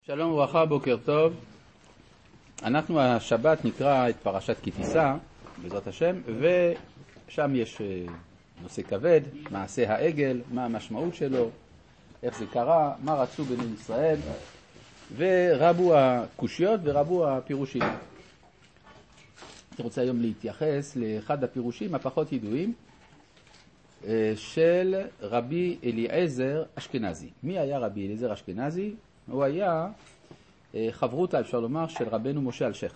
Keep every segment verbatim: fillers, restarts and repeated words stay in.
שלום וברכה, בוקר טוב. אנחנו השבת נקרא את פרשת כי תישא, בעזרת השם, ושם יש נושא כבד, מעשה העגל, מה המשמעות שלו, איך זה קרה, מה רצו בני ישראל, ורבו הקושיות ורבו הפירושים. אני רוצה היום להתייחס לאחד הפירושים הפחות ידועים של רבי אליעזר אשכנזי. מי היה רבי אליעזר אשכנזי? הוא היה חברותא, אפשר לומר, של רבנו משה אלשיך.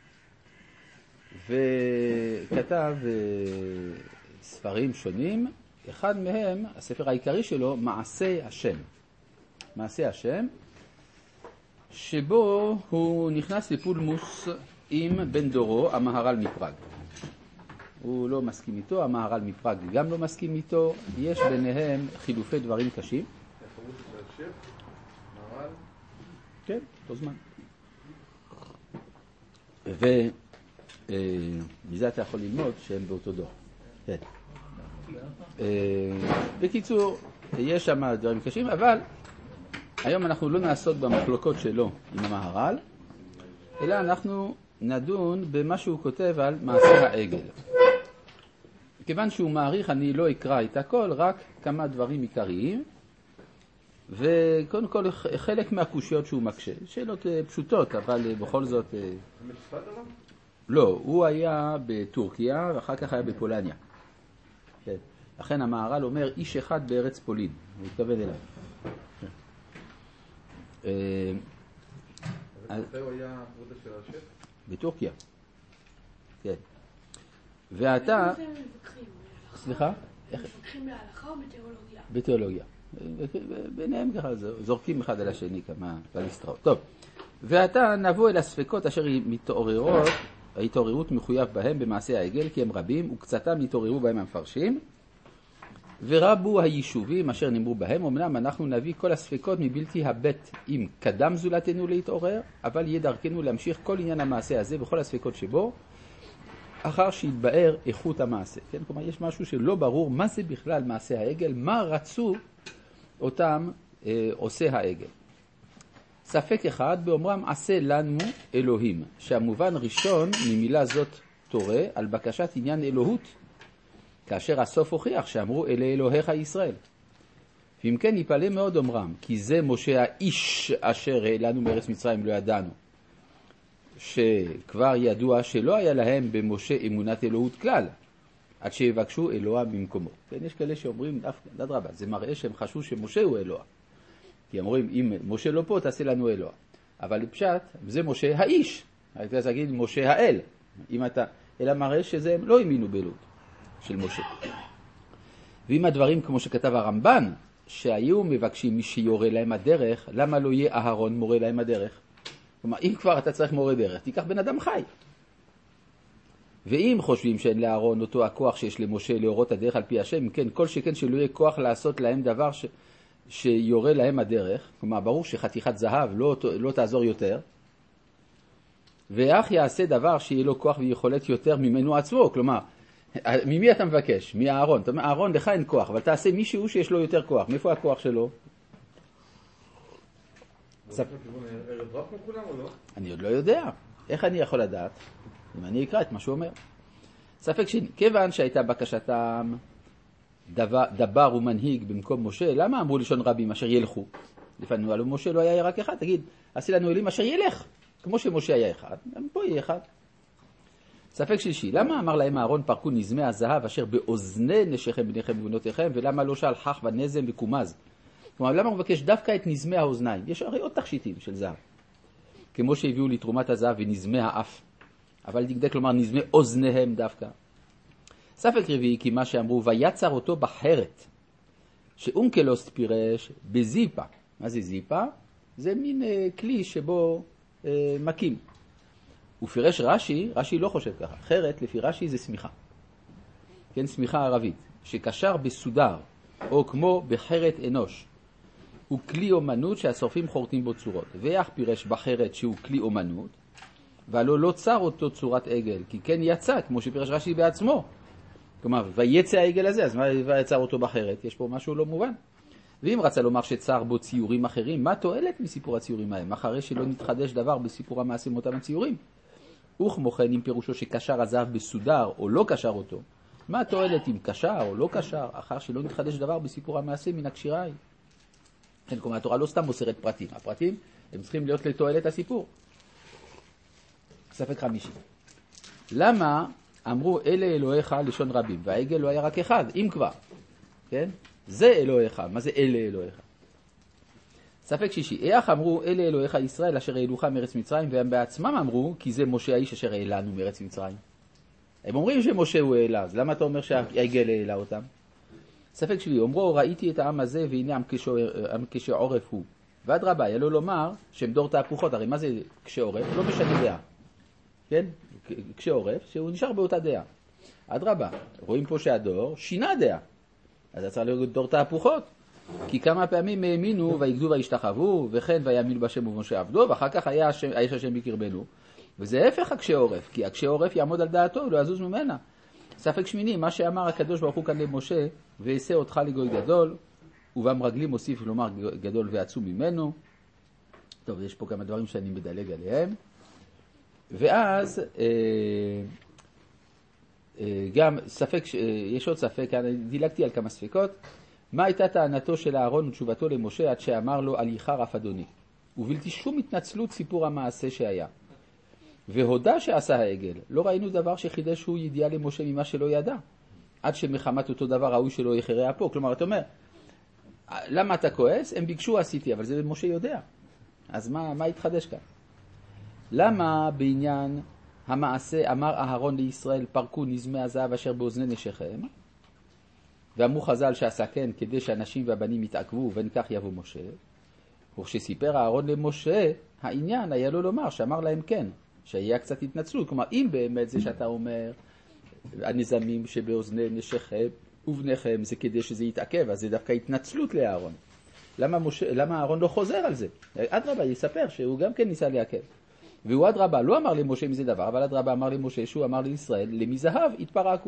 וכתב ספרים שונים, אחד מהם, הספר העיקרי שלו, מעשה השם. מעשה השם, שבו הוא נכנס לפולמוס עם בן דורו, המהר"ל מפראג. הוא לא מסכים איתו, המהר"ל מפראג גם לא מסכים איתו, יש ביניהם חילופי דברים קשים. כן, אותו זמן. ומזה אתה יכול ללמוד שהם באותו דור. כן. בקיצור, יש שם דברים קשים, אבל היום אנחנו לא נעסוק במחלוקות שלו עם המהר"ל, אלא אנחנו נדון במה שהוא כותב על מעשה העגל. כיוון שהוא מעריך, אני לא אקרא את הכל, רק כמה דברים עיקריים. וקודם כל חלק מהקושיות שהוא מקשה, שאלות פשוטות, אבל בכל זאת... לא, הוא היה בטורקיה ואחר כך היה בפולניה. כן. לכן המהר"ל אומר איש אחד בארץ פולין, הוא התכוון אליו. אז הוא היה עבודה של השף? בטורקיה. כן. ואתה... סליחה? מפקחים להלכה או בתיאולוגיה? בתיאולוגיה. ביניהם ככה זורקים אחד על השני כמה פלסטרות. טוב, ועתה נבוא אל הספקות אשר מתעוררות, ההתעוררות מחויב בהם במעשה העגל, כי הם רבים, וקצתם התעוררו בהם המפרשים, ורבו היישובים אשר נאמרו בהם. אמנם אנחנו נביא כל הספקות מבלתי הבט אם קדם זולתנו להתעורר, אבל יהיה דרכנו להמשיך כל עניין המעשה הזה וכל הספקות שבו, אחר שיתבאר איכות המעשה. כן? כלומר, יש משהו שלא ברור מה זה בכלל מעשה העגל, מה רצו אותם אה, עושה העגל. ספק אחד באומרם עשה לנו אלוהים, שהמובן ראשון ממילה זאת תורה על בקשת עניין אלוהות, כאשר הסוף הוכיח שאמרו אלה אלוהיך ישראל. ואם כן יפלא מאוד אומרם, כי זה משה האיש אשר העלנו מארץ מצרים לא ידענו, שכבר ידוע שלא היה להם במשה אמונת אלוהות כלל, עד שיבקשו אלוה במקומו. כן, יש כאלה שאומרים, אדרבה, זה מראה שהם חשבו שמשה הוא אלוה. כי אומרים, אם משה לא פה, תעשה לנו אלוה. אבל לפשט, זה משה האיש. הייתי רוצה להגיד, משה האל. אם אתה, אלא מראה שזה הם לא האמינו באלוהות של משה. ואם הדברים, כמו שכתב הרמב"ן, שהיו מבקשים מי שיורה להם הדרך, למה לא יהיה אהרון מורה להם הדרך? כלומר, אם כבר אתה צריך מורה דרך, תיקח בן אדם חי. ואם חושבים שאין לאהרון אותו הכוח שיש למשה להורות הדרך על פי השם, כן, כל שכן שלא יהיה כוח לעשות להם דבר ש... שיורה להם הדרך, כלומר, ברור שחתיכת זהב לא, לא תעזור יותר, ואך יעשה דבר שיהיה לו כוח ויכולת יותר ממנו עצמו, כלומר, ממי אתה מבקש? מאהרון. אתה אומר, אהרון, לך אין כוח, אבל תעשה מישהו שיש לו יותר כוח. מאיפה הכוח שלו? אני עוד לא יודע. איך אני יכול לדעת? אם אני אקרא את מה שהוא אומר. ספק שני, כיוון שהייתה בקשתם דבר, דבר ומנהיג במקום משה, למה אמרו לשון רבים אשר ילכו? לפעמים עלו משה לא היה רק אחד, תגיד, עשי לנו אלים אשר ילך, כמו שמשה היה אחד, גם פה יהיה אחד. ספק שלישי, למה אמר להם אהרון פרקו נזמי הזהב אשר באוזני נשיכם בניכם ובנותיכם, ולמה לא שאל חך ונזם וקומז? כלומר, למה הוא מבקש דווקא את נזמי האוזניים? יש הרי עוד תכשיטים של זהב, כמו שהביאו לתרומת הזהב ונזמי האף. אבל דקדק כלומר נזמי אוזניהם דווקא. ספק רביעי, כי מה שאמרו, ויצר אותו בחרת, שאונקלוס פירש בזיפה. מה זה זיפה? זה מין אה, כלי שבו אה, מקים. ופירש רש"י, רש"י לא חושב ככה. חרת, לפי רש"י, זה סמיכה. כן, סמיכה ערבית, שקשר בסודר, או כמו בחרת אנוש. הוא כלי אומנות שהשורפים חורטים בו צורות. ויח פירש בחרת שהוא כלי אומנות, והלא לא צר אותו צורת עגל, כי כן יצא, כמו שפירש רש"י בעצמו. כלומר, ויצא העגל הזה, אז מה יצר אותו בחרת? יש פה משהו לא מובן. ואם רצה לומר שצר בו ציורים אחרים, מה תועלת מסיפור הציורים ההם, אחרי שלא נתחדש דבר בסיפור המעשה מאותם הציורים? וכמו כן, אם פירושו שקשר הזהב בסודר או לא קשר אותו, מה התועלת אם קשר או לא קשר, אחר שלא נתחדש דבר בסיפור המעשה מן הקשירה היא? כן, כלומר, התורה לא סתם מוסרת פרטים, הפרטים הם צריכים להיות לתועלת הסיפור. ספק חמישי. למה אמרו אלה אלוהיך לשון רבים, והעגל לא היה רק אחד, אם כבר, כן? זה אלוהיך, מה זה אלה אלוהיך? ספק שישי, איך אמרו אלה אלוהיך ישראל אשר העלוך מארץ מצרים, והם בעצמם אמרו כי זה משה האיש אשר העלנו מארץ מצרים. הם אומרים שמשה הוא העלה, אז למה אתה אומר שהעגל העלה אותם? ספק שביעי, אומרו ראיתי את העם הזה והנה עם כשעורף הוא. ועד רבה, היה לו לומר שהם דור תהפוכות, הרי מה זה כשעורף? לא משנה דעה. כן? כשעורף, שהוא נשאר באותה דעה. עד רבה, רואים פה שהדור שינה דעה. אז זה צריך להיות דור תהפוכות. כי כמה פעמים האמינו ויגדו וישתחוו, וכן ויאמינו בשם ובמשה עבדו, ואחר כך היה השם, האיש השם בקרבנו. וזה הפך הקשעורף, כי הקשעורף יעמוד על דעתו ולא יזוז ממנה. ספק שמיני, מה שאמר הקדוש ברוך הוא כאן למשה, ועשה אותך לגוי גדול, ובמרגלים מוסיף לומר גדול ועצום ממנו. טוב, יש פה כמה דברים שאני מדלג עליהם. ואז אה, אה, גם ספק, אה, יש עוד ספק, אני דילגתי על כמה ספקות. מה הייתה טענתו של אהרון ותשובתו למשה עד שאמר לו על ייחר אף אדוני? ובלתי שום התנצלות סיפור המעשה שהיה. והודה שעשה העגל. לא ראינו דבר שחידש הוא ידיעה למשה ממה שלא ידע. עד שמחמת אותו דבר ראוי שלא יחרה אפו. כלומר, אתה אומר, למה אתה כועס? הם ביקשו עשיתי, אבל זה משה יודע. אז מה, מה התחדש כאן? למה בעניין המעשה אמר אהרון לישראל פרקו נזמי הזהב אשר באוזני נשיכם? ואמרו חז"ל שעשה כן כדי שהנשים והבנים יתעכבו ובין כך יבוא משה. וכשסיפר אהרון למשה העניין היה לו לומר שאמר להם כן, שהיה קצת התנצלות. כלומר, אם באמת זה שאתה אומר הנזמים שבאוזני נשיכם ובניכם זה כדי שזה יתעכב, אז זה דווקא התנצלות לאהרון. למה, משה, למה אהרון לא חוזר על זה? עד רבה יספר שהוא גם כן ניסה לעכב. והוא עד רבה לא אמר למשה מזה דבר, אבל עד רבה אמר למשה שהוא אמר לישראל למי זהב התפרקו.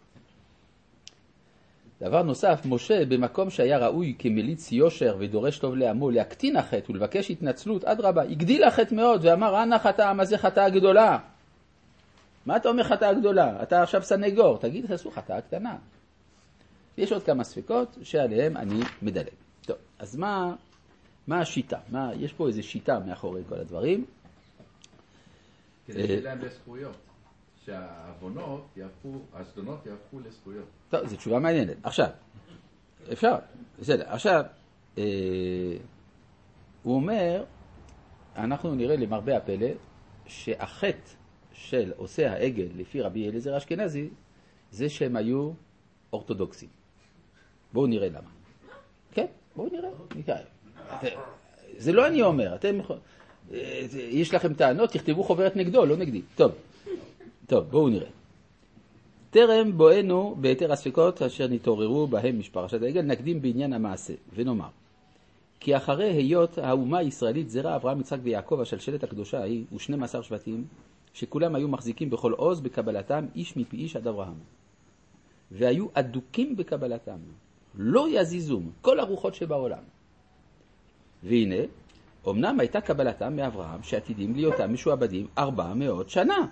דבר נוסף, משה במקום שהיה ראוי כמליץ יושר ודורש טוב לעמו להקטין החטא ולבקש התנצלות, עד רבה הגדיל החטא מאוד ואמר אנא חטאה, מה זה חטאה גדולה? מה אתה אומר חטאה גדולה? אתה עכשיו סנגור, תגיד תעשו חטאה קטנה. יש עוד כמה ספקות שעליהם אני מדלג. טוב, אז מה, מה השיטה? מה, יש פה איזו שיטה מאחורי כל הדברים. כדי שיהיה להם לזכויות. שהעוונות יהפכו, הזדונות יהפכו לזכויות. טוב, זו תשובה מעניינת. עכשיו, אפשר, בסדר. עכשיו, אה, הוא אומר, אנחנו נראה למרבה הפלא, שהחטא של עושה העגל לפי רבי אליעזר אשכנזי, זה שהם היו אורתודוקסים. בואו נראה למה. כן, בואו נראה. נראה. זה לא אני אומר, אתם, יש לכם טענות, תכתבו חוברת נגדו, לא נגדי. טוב. טוב, בואו נראה. טרם בואנו ביתר הספקות אשר נתעוררו בהם משפרשת העגל, נקדים בעניין המעשה, ונאמר, כי אחרי היות האומה הישראלית זרע אברהם, יצחק ויעקב, השלשלת הקדושה ההיא, ושנים עשר שבטים, שכולם היו מחזיקים בכל עוז בקבלתם, איש מפי איש עד אברהם. והיו אדוקים בקבלתם, לא יזיזום, כל הרוחות שבעולם. והנה, אמנם הייתה קבלתם מאברהם, שעתידים להיותם משועבדים ארבע מאות שנה.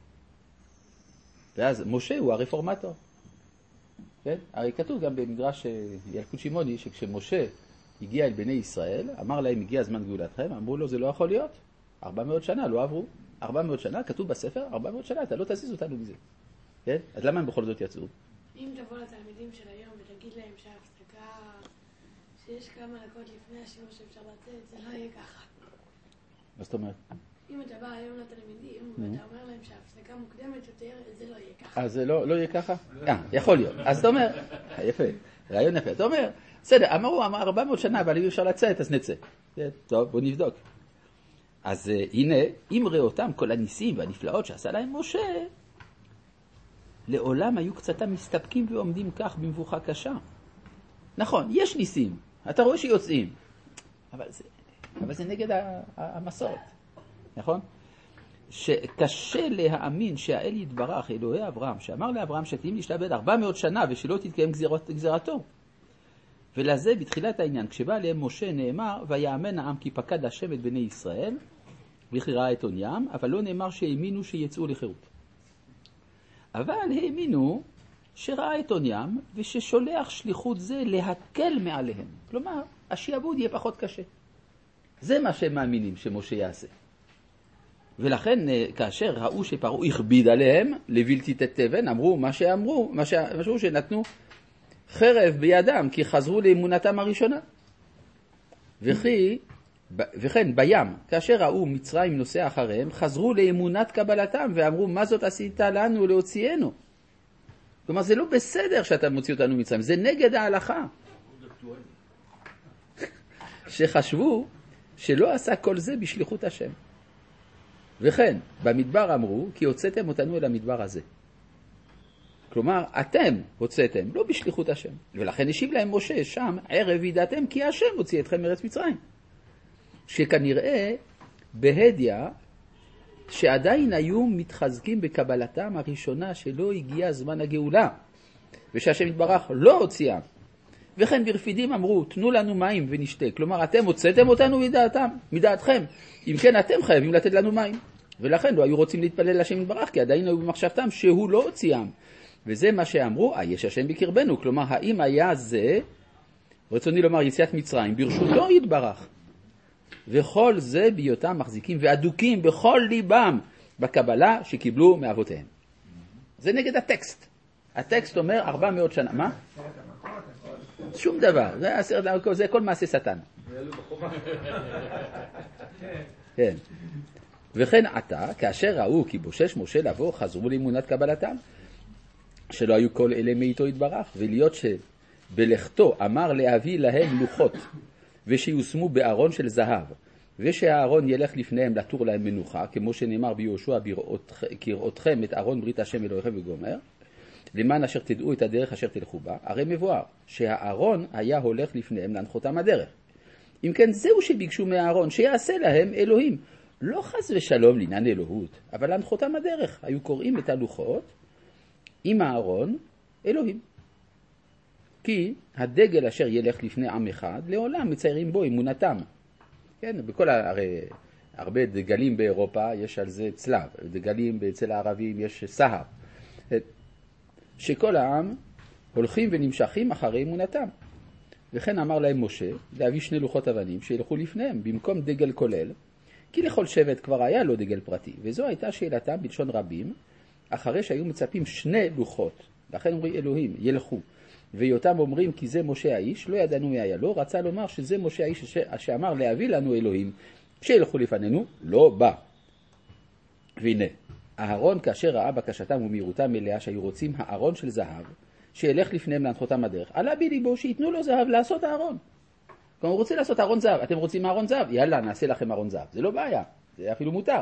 ואז משה הוא הרפורמטור. כן? הרי כתוב גם במדרש ילקוט שמעוני, שכשמשה הגיע אל בני ישראל, אמר להם הגיע זמן גאולתכם, אמרו לו זה לא יכול להיות. ארבע מאות שנה לא עברו. ארבע מאות שנה, כתוב בספר, ארבע מאות שנה, אתה לא תזיז אותנו מזה. כן? אז למה הם בכל זאת יצאו? אם תבוא לתלמידים של היום ותגיד להם שההפסקה, שיש כמה דקות לפני השיעור שאפשר לצאת, זה לא יהיה ככה. מה זאת אומרת? אם אתה בא היום לתלמידים ואתה אומר להם שההפסקה מוקדמת יותר, זה לא יהיה ככה. אז זה לא יהיה ככה? אה, יכול להיות. אז אתה אומר, יפה, רעיון יפה. אתה אומר, בסדר, אמרו, אמר ארבע מאות שנה, אבל אם אפשר לצאת, אז נצא. טוב, בוא נבדוק. אז הנה, אם ראותם כל הניסים והנפלאות שעשה להם משה, לעולם היו קצתם מסתפקים ועומדים כך במבוכה קשה. נכון, יש ניסים, אתה רואה שיוצאים, אבל זה, אבל זה נגד המסורת. נכון? שקשה להאמין שהאל יתברך, אלוהי אברהם, שאמר לאברהם שתהים להשתעבד ארבע מאות שנה ושלא תתקיים גזירת, גזירתו. ולזה בתחילת העניין, כשבא עליהם משה נאמר, ויאמן העם כי פקד השם את בני ישראל, וכי ראה את עוניים, אבל לא נאמר שהאמינו שיצאו לחירות. אבל האמינו שראה את עוניים, וששולח שליחות זה להקל מעליהם. כלומר, השיעבוד יהיה פחות קשה. זה מה שהם מאמינים שמשה יעשה. ולכן כאשר ראו שפרעה הכביד עליהם לבלתי תתבן, אמרו מה שאמרו, מה שאמרו שנתנו חרב בידם, כי חזרו לאמונתם הראשונה. וכי, וכן בים, כאשר ראו מצרים נוסע אחריהם, חזרו לאמונת קבלתם ואמרו מה זאת עשית לנו להוציאנו. כלומר זה לא בסדר שאתה מוציא אותנו מצרים, זה נגד ההלכה. שחשבו שלא עשה כל זה בשליחות השם. וכן, במדבר אמרו, כי הוצאתם אותנו אל המדבר הזה. כלומר, אתם הוצאתם, לא בשליחות השם. ולכן השיב להם משה, שם ערב ידעתם, כי השם הוציא אתכם מארץ מצרים. שכנראה בהדיה, שעדיין היו מתחזקים בקבלתם הראשונה שלא הגיע זמן הגאולה, ושהשם יתברך לא הוציאה. וכן ברפידים אמרו, תנו לנו מים ונשתה. כלומר, אתם הוצאתם אותנו מדעתם, מדעתכם. אם כן, אתם חייבים לתת לנו מים. ולכן לא היו רוצים להתפלל לשם יתברך, כי עדיין היו במחשבתם שהוא לא הוציאם. וזה מה שאמרו, אה, יש השם בקרבנו. כלומר, האם היה זה, רצוני לומר, יציאת מצרים, ברשותו יתברך. וכל זה בהיותם מחזיקים ואדוקים בכל ליבם בקבלה שקיבלו מאבותיהם. זה נגד הטקסט. הטקסט אומר ארבע מאות שנה. מה? שום דבר. זה, זה, זה כל מעשה שטן. כן. וכן עתה, כאשר ראו כי בושש משה לבוא, חזרו לאמונת קבלתם, שלא היו כל אלה מאיתו יתברך, ולהיות שבלכתו אמר להביא להם לוחות, ושיושמו בארון של זהב, ושהארון ילך לפניהם לתור להם מנוחה, כמו שנאמר ביהושע, כראותכם את ארון ברית השם אלוהיכם וגומר, למען אשר תדעו את הדרך אשר תלכו בה. הרי מבואר שהארון היה הולך לפניהם להנחותם הדרך. אם כן, זהו שביקשו מהארון, שיעשה להם אלוהים. לא חס ושלום לעניין אלוהות, אבל להנחותם הדרך. היו קוראים את הלוחות עם הארון אלוהים. כי הדגל אשר ילך לפני עם אחד, לעולם מציירים בו אמונתם. כן, בכל הרי הרבה דגלים באירופה יש על זה צלב, דגלים אצל הערבים יש סהר. שכל העם הולכים ונמשכים אחרי אמונתם. וכן אמר להם משה להביא שני לוחות אבנים שילכו לפניהם במקום דגל כולל, כי לכל שבט כבר היה לו דגל פרטי. וזו הייתה שאלתם בלשון רבים, אחרי שהיו מצפים שני לוחות. לכן אומרים אלוהים, ילכו. ויותם אומרים כי זה משה האיש, לא ידענו מי היה לו, רצה לומר שזה משה האיש שאמר להביא לנו אלוהים, שילכו לפנינו, לא בא. והנה, הארון כאשר ראה בקשתם ומהירותם מלאה שהיו רוצים הארון של זהב, שילך לפניהם להנחותם הדרך, עלה בליבו שיתנו לו זהב לעשות הארון. כלומר, הוא רוצה לעשות ארון זהב, אתם רוצים ארון זהב? יאללה, נעשה לכם ארון זהב. זה לא בעיה, זה אפילו מותר.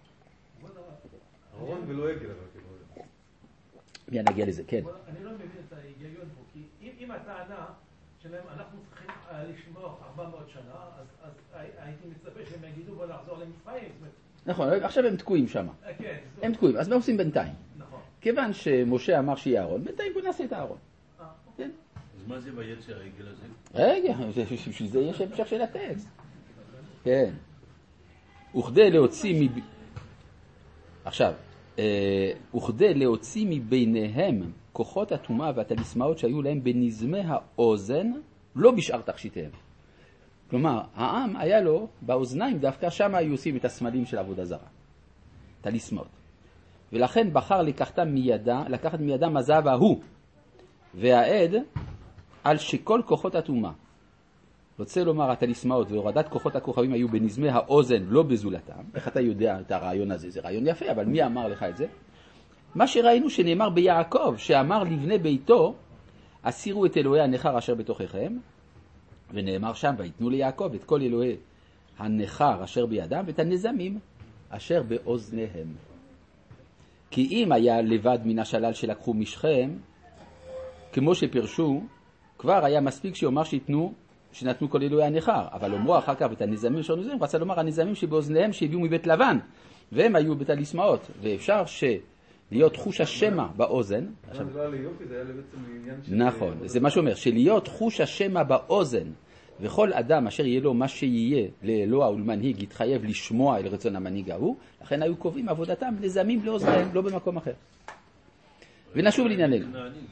ארון ולא עגל. מי נגיע לזה, כן. אני לא מבין את ההיגיון פה, כי אם הטענה שלהם, אנחנו צריכים לשמור ארבע מאות שנה, אז הייתי מצפה שהם יגידו בוא נחזור למצרים. נכון, עכשיו הם תקועים שם. כן. הם תקועים, אז מה עושים בינתיים? נכון. כיוון שמשה אמר שיהיה ארון, בינתיים בוא נעשה את הארון. כן. אז מה זה ביצר העגל הזה? רגע, בשביל זה יש המשך של הטקסט. כן. וכדי להוציא מב... עכשיו, וכדי להוציא מביניהם כוחות הטומאה והתליסמאות שהיו להם בנזמי האוזן, לא בשאר תכשיטיהם. כלומר, העם היה לו באוזניים דווקא, שם היו עושים את הסמלים של עבודה זרה. תליסמאות. ולכן בחר לקחתם מידה, לקחת מידם הזהב ההוא, והעד על שכל כוחות הטומאה. רוצה לומר, התליסמאות והורדת כוחות הכוכבים היו בנזמי האוזן, לא בזולתם. איך אתה יודע את הרעיון הזה? זה רעיון יפה, אבל מי אמר לך את זה? מה שראינו שנאמר ביעקב, שאמר לבני ביתו, הסירו את אלוהי הנכר אשר בתוככם, ונאמר שם, ויתנו ליעקב את כל אלוהי הנכר אשר בידם, ואת הנזמים אשר באוזניהם. כי אם היה לבד מן השלל שלקחו משכם, כמו שפרשו, כבר היה מספיק שיאמר שיתנו, שנתנו כל אלוהי הנכר, אבל אומרו אחר כך את הנזמים של נזמים, רצה לומר הנזמים שבאוזניהם שהביאו מבית לבן, והם היו בתליסמאות, ואפשר להיות חוש השמע באוזן. זה לא היה ליופי, זה היה בעצם לעניין של... נכון, זה מה שאומר, שלהיות חוש השמע באוזן, וכל אדם אשר יהיה לו מה שיהיה לאלוה ולמנהיג יתחייב לשמוע אל רצון המנהיג ההוא, לכן היו קובעים עבודתם נזמים לאוזניהם, לא במקום אחר. ונשוב לענייננו.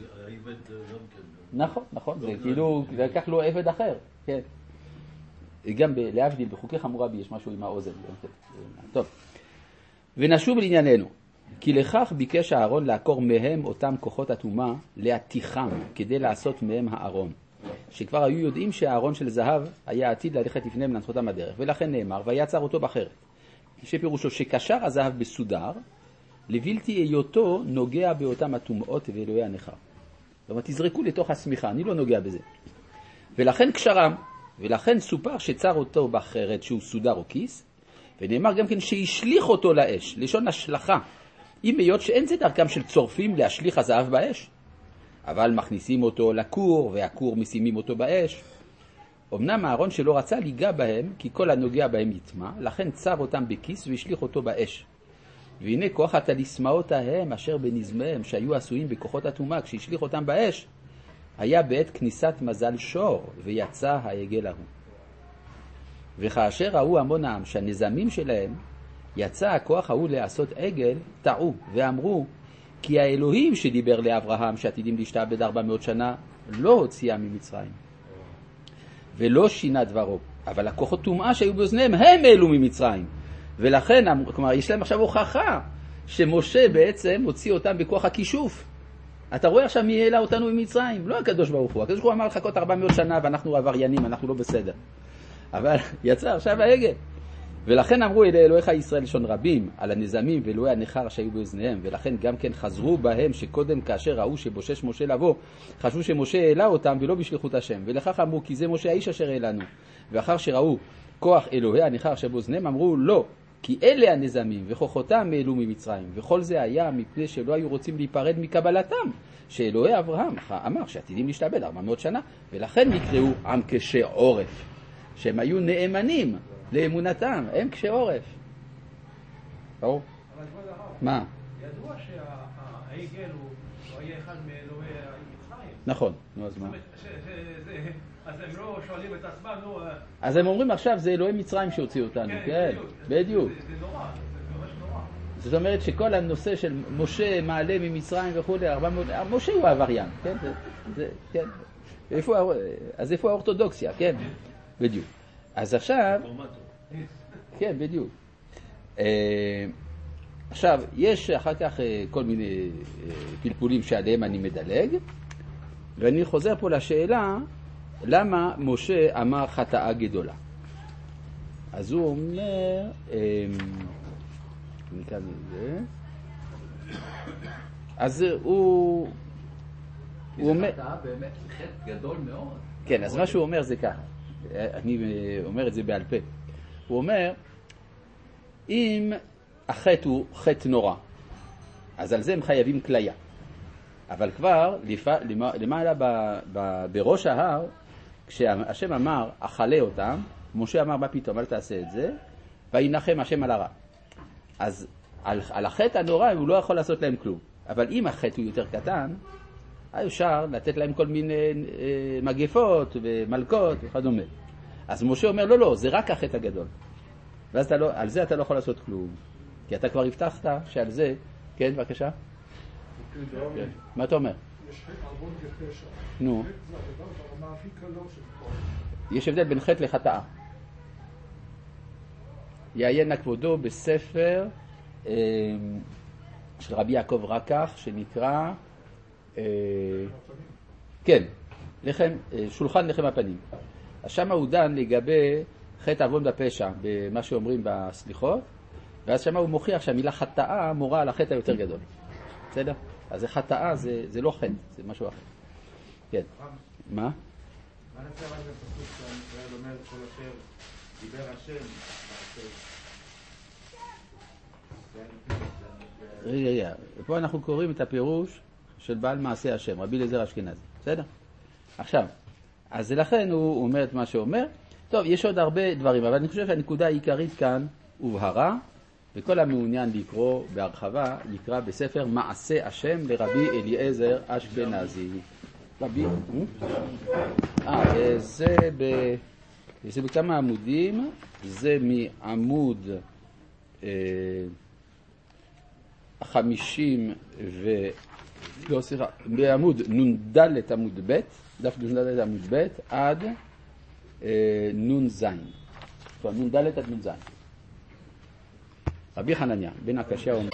נכון, נכון, זה כאילו, לקח לו עבד אחר, כן. גם להבדיל, בחוקי חמורבי יש משהו עם האוזן. טוב, ונשוב לענייננו. כי לכך ביקש הארון לעקור מהם אותם כוחות הטומאה להתיחם, כדי לעשות מהם הארון. שכבר היו יודעים שהארון של זהב היה עתיד ללכת לפניהם להנחותם הדרך, ולכן נאמר, ויצר אותו בחרת. שפירושו שקשר הזהב בסודר, לבלתי היותו נוגע באותם הטומאות ואלוהי הנכר. זאת אומרת, תזרקו לתוך הסמיכה, אני לא נוגע בזה. ולכן קשרם, ולכן סופר שצר אותו בחרת שהוא סודר או כיס, ונאמר גם כן שישליך אותו לאש, לשון השלכה. אם היות שאין זה דרכם של צורפים להשליך הזהב באש, אבל מכניסים אותו לכור, והכור משימים אותו באש. אמנם הארון שלא רצה ליגע בהם, כי כל הנוגע בהם יטמע, לכן צר אותם בכיס והשליך אותו באש. והנה כוח התליסמאות ההם אשר בנזמיהם שהיו עשויים בכוחות הטומאה כשהשליך אותם באש, היה בעת כניסת מזל שור, ויצא העגל ההוא. וכאשר ראו המון העם שהנזמים שלהם, יצא הכוח ההוא לעשות עגל, טעו, ואמרו, כי האלוהים שדיבר לאברהם שעתידים להשתעבד ארבע מאות שנה, לא הוציאה ממצרים. ולא שינה דברו, אבל הכוחות טומאה שהיו באוזניהם, הם אלו ממצרים. ולכן, כלומר, יש להם עכשיו הוכחה שמשה בעצם הוציא אותם בכוח הכישוף. אתה רואה עכשיו מי העלה אותנו ממצרים? לא הקדוש ברוך הוא. הקדוש ברוך הוא אמר לחכות ארבע מאות שנה ואנחנו עבריינים, אנחנו לא בסדר. אבל יצא עכשיו העגל. ולכן אמרו אלה אלוהיך ישראל לשון רבים על הנזמים ואלוהי הנכר שהיו באוזניהם, ולכן גם כן חזרו בהם שקודם כאשר ראו שבושש משה לבוא, חשבו שמשה העלה אותם ולא בשליחות השם, ולכך אמרו כי זה משה האיש אשר העלנו. ואחר שראו כוח אלוהי הנכר שבאוזניהם אמרו לא, כי אלה הנזמים וכוחותם העלו ממצרים, וכל זה היה מפני שלא היו רוצים להיפרד מקבלתם, שאלוהי אברהם אמר שעתידים להשתעבד ארבע מאות שנה, ולכן נקראו עם קשי עורף, שהם היו נאמנים לאמונתם, הם קשי עורף. ברור? מה? ידוע שהעגל הוא היה אחד מאלוהי מצרים. נכון, נו אז מה? אז הם לא שואלים את עצמם, נו... אז הם אומרים עכשיו זה אלוהי מצרים שהוציאו אותנו, כן, בדיוק. זה נורא, זה ממש נורא. זאת אומרת שכל הנושא של משה מעלה ממצרים וכו', ארבע מאות, משה הוא העבריין, כן? זה, כן. איפה, אז איפה האורתודוקסיה, כן? בדיוק. אז עכשיו... כן, בדיוק. עכשיו, יש אחר כך כל מיני פלפולים שעליהם אני מדלג, ואני חוזר פה לשאלה, למה משה אמר חטאה גדולה? אז הוא אומר, נקרא לזה, אז הוא, הוא אומר, חטאה באמת חטא גדול מאוד. כן, אז מה שהוא אומר זה ככה, אני אומר את זה בעל פה, הוא אומר, אם החטא הוא חטא נורא, אז על זה הם חייבים כליה. אבל כבר למעלה ב, ב, בראש ההר, כשהשם אמר, אכלה אותם, משה אמר, מה פתאום, אל תעשה את זה, וינחם השם על הרע. אז על, על החטא הנורא הוא לא יכול לעשות להם כלום. אבל אם החטא הוא יותר קטן, אפשר לתת להם כל מיני אה, מגפות ומלכות וכדומה. אז משה אומר, לא, לא, זה רק החטא הגדול. ואז אתה לא, על זה אתה לא יכול לעשות כלום. כי אתה כבר הבטחת שעל זה, כן, בבקשה? כן. מה אתה אומר? יש חטא עוון ופשע. נו. חטא זה הדבר ברמה הכי קלה של כל. יש הבדל בין חטא לחטאה. יעיין כבודו בספר אה, של רבי יעקב רקח, שנקרא, אה, כן, לחם, אה, שולחן לחם הפנים. אז שם הוא דן לגבי חטא עוון ופשע, במה שאומרים בסליחות, ואז שם הוא מוכיח שהמילה חטאה מורה על החטא היותר גדול. בסדר? אז זה חטאה, זה, זה לא חטא, זה משהו אחר. כן. מה? מה נעשה רק בפסוק שהישראל אומר כל אשר דיבר השם רגע, רגע. פה אנחנו קוראים את הפירוש של בעל מעשה השם, רבי אליעזר אשכנזי. בסדר? עכשיו, אז לכן הוא אומר את מה שאומר. טוב, יש עוד הרבה דברים, אבל אני חושב שהנקודה העיקרית כאן הובהרה, וכל המעוניין לקרוא בהרחבה, יקרא בספר מעשה השם לרבי אליעזר אשכנזי. רבי, אה, זה ב... זה בכמה עמודים, זה מעמוד אה, חמישים ו... לא, סליחה, בעמוד נ"ד עמוד ב', דף נ"ד עמוד ב', עד אה, נ"ז. נ"ד עד נ"ז. רבי חנניה, בן הקשיא